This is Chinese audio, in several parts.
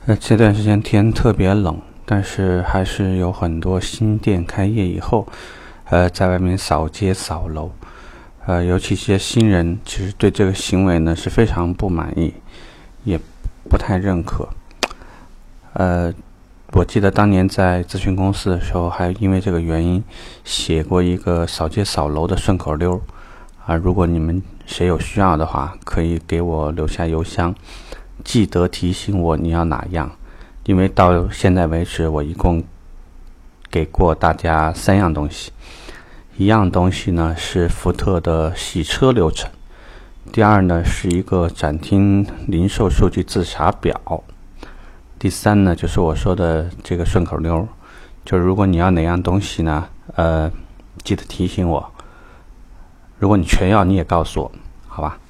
这段时间天特别冷，但是还是有很多新店开业以后，在外面扫街扫楼，尤其一些新人，其实对这个行为呢是非常不满意，也不太认可。我记得当年在咨询公司的时候，还因为这个原因写过一个扫街扫楼的顺口溜如果你们谁有需要的话，可以给我留下邮箱，记得提醒我你要哪样，因为到现在为止我一共给过大家3样东西。一样东西呢是福特的洗车流程，第二呢是一个展厅零售数据自查表，第三呢就是我说的这个顺口溜，就是如果你要哪样东西呢记得提醒我，如果你全要你也告诉我，好吧？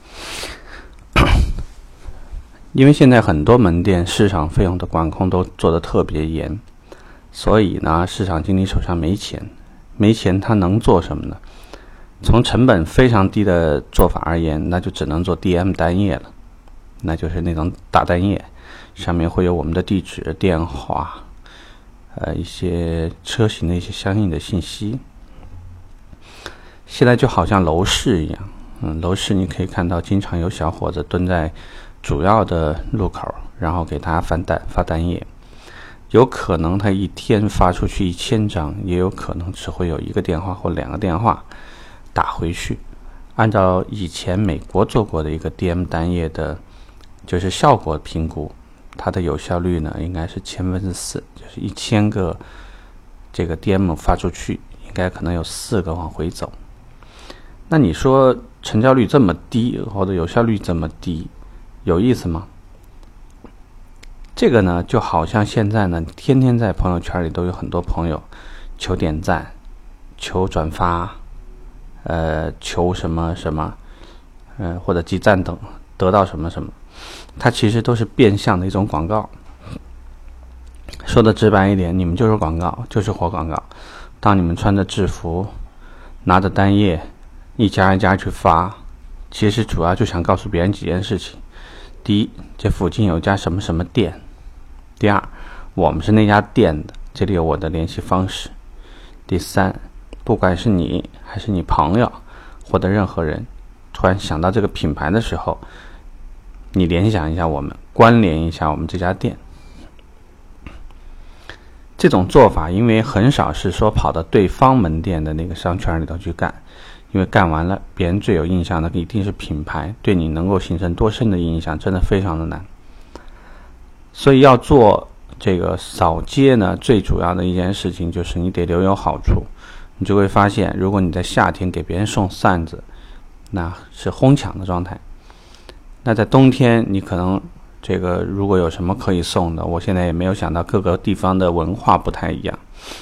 因为现在很多门店市场费用的管控都做得特别严，所以呢市场经理手上没钱他能做什么呢？从成本非常低的做法而言，那就只能做 DM 单页了，那就是那种大单页，上面会有我们的地址、电话，一些车型的一些相应的信息。现在就好像楼市一样，楼市你可以看到经常有小伙子蹲在主要的路口，然后给大家发单页，有可能他一天发出去1000张，也有可能只会有1个电话或2个电话打回去。按照以前美国做过的一个 DM 单页的就是效果评估，它的有效率呢应该是4/1000，就是1000个这个 DM 发出去，应该可能有4个往回走。那你说成交率这么低，或者有效率这么低，有意思吗？这个呢就好像现在呢天天在朋友圈里都有很多朋友求点赞、求转发，求什么什么，或者集赞等得到什么什么，它其实都是变相的一种广告。说的直白一点，你们就是广告，就是活广告。当你们穿着制服，拿着单页，一家一家去发，其实主要就想告诉别人几件事情。第一，这附近有家什么什么店；第二，我们是那家店的，这里有我的联系方式；第三，不管是你还是你朋友或者任何人突然想到这个品牌的时候，你联想一下我们，关联一下我们这家店。这种做法因为很少是说跑到对方门店的那个商圈里头去干，因为干完了别人最有印象的一定是品牌，对你能够形成多深的印象真的非常的难。所以要做这个扫街呢，最主要的一件事情就是你得留有好处。你就会发现，如果你在夏天给别人送扇子，那是哄抢的状态。那在冬天你可能这个如果有什么可以送的，我现在也没有想到，各个地方的文化不太一样。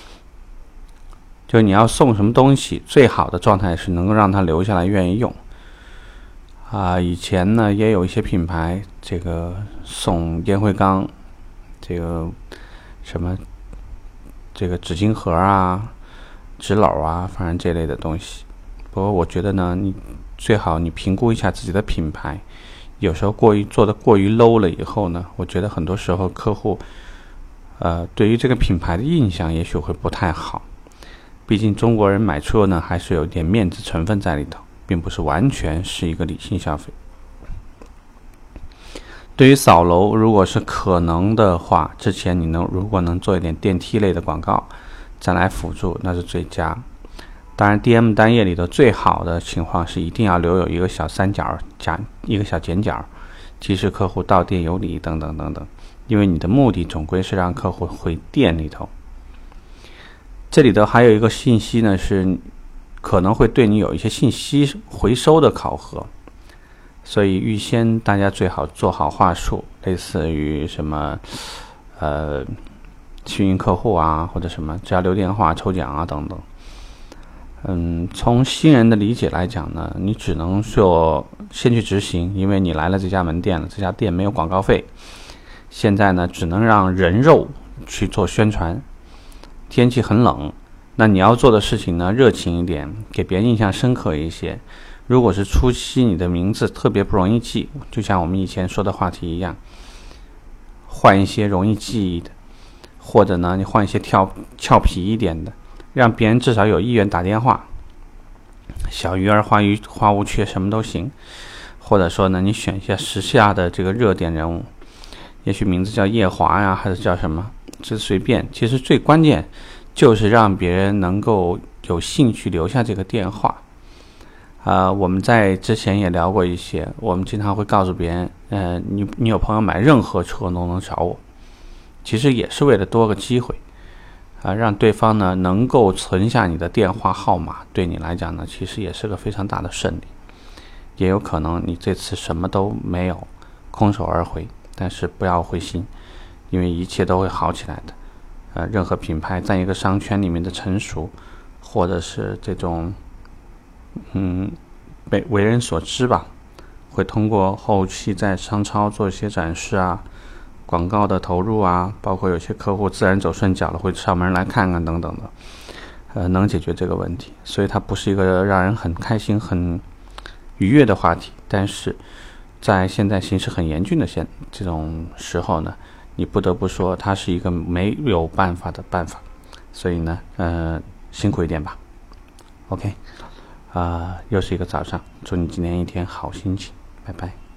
就你要送什么东西，最好的状态是能够让他留下来愿意用。以前呢也有一些品牌这个送烟灰缸，这个什么这个纸巾盒纸篓反正这类的东西。不过我觉得呢，你最好你评估一下自己的品牌，有时候做的过于 low 了以后呢，我觉得很多时候客户对于这个品牌的印象也许会不太好。毕竟中国人买车呢还是有点面子成分在里头，并不是完全是一个理性消费。对于扫楼，如果是可能的话，之前如果能做一点电梯类的广告再来辅助，那是最佳。当然 DM 单页里头最好的情况是一定要留有一个小三角加一个小剪角，提示客户到店有礼等等等等，因为你的目的总归是让客户回店里头。这里头还有一个信息呢，是可能会对你有一些信息回收的考核，所以预先大家最好做好话术，类似于什么幸运客户或者什么只要留电话抽奖等等。从新人的理解来讲呢，你只能说先去执行，因为你来了这家门店了，这家店没有广告费，现在呢只能让人肉去做宣传。天气很冷，那你要做的事情呢热情一点，给别人印象深刻一些。如果是初期你的名字特别不容易记，就像我们以前说的话题一样， 换一些容易记忆的，或者呢你换一些俏皮一点的，让别人至少有意愿打电话。小鱼儿花无缺什么都行。或者说呢，你选一下时下的这个热点人物，也许名字叫叶华呀，还是叫什么，这随便。其实最关键就是让别人能够有兴趣留下这个电话。我们在之前也聊过一些，我们经常会告诉别人，你有朋友买任何车都能找我，其实也是为了多个机会，让对方呢能够存下你的电话号码，对你来讲呢，其实也是个非常大的胜利。也有可能你这次什么都没有，空手而回，但是不要灰心，因为一切都会好起来的。任何品牌在一个商圈里面的成熟，或者是这种被为人所知吧，会通过后期在商超做一些展示啊，广告的投入啊，包括有些客户自然走顺脚了会上门来看看等等的，能解决这个问题。所以它不是一个让人很开心很愉悦的话题，但是在现在形势很严峻的这种时候呢，你不得不说它是一个没有办法的办法。所以呢辛苦一点吧。 OK， 又是一个早上，祝你今天一天好心情，拜拜。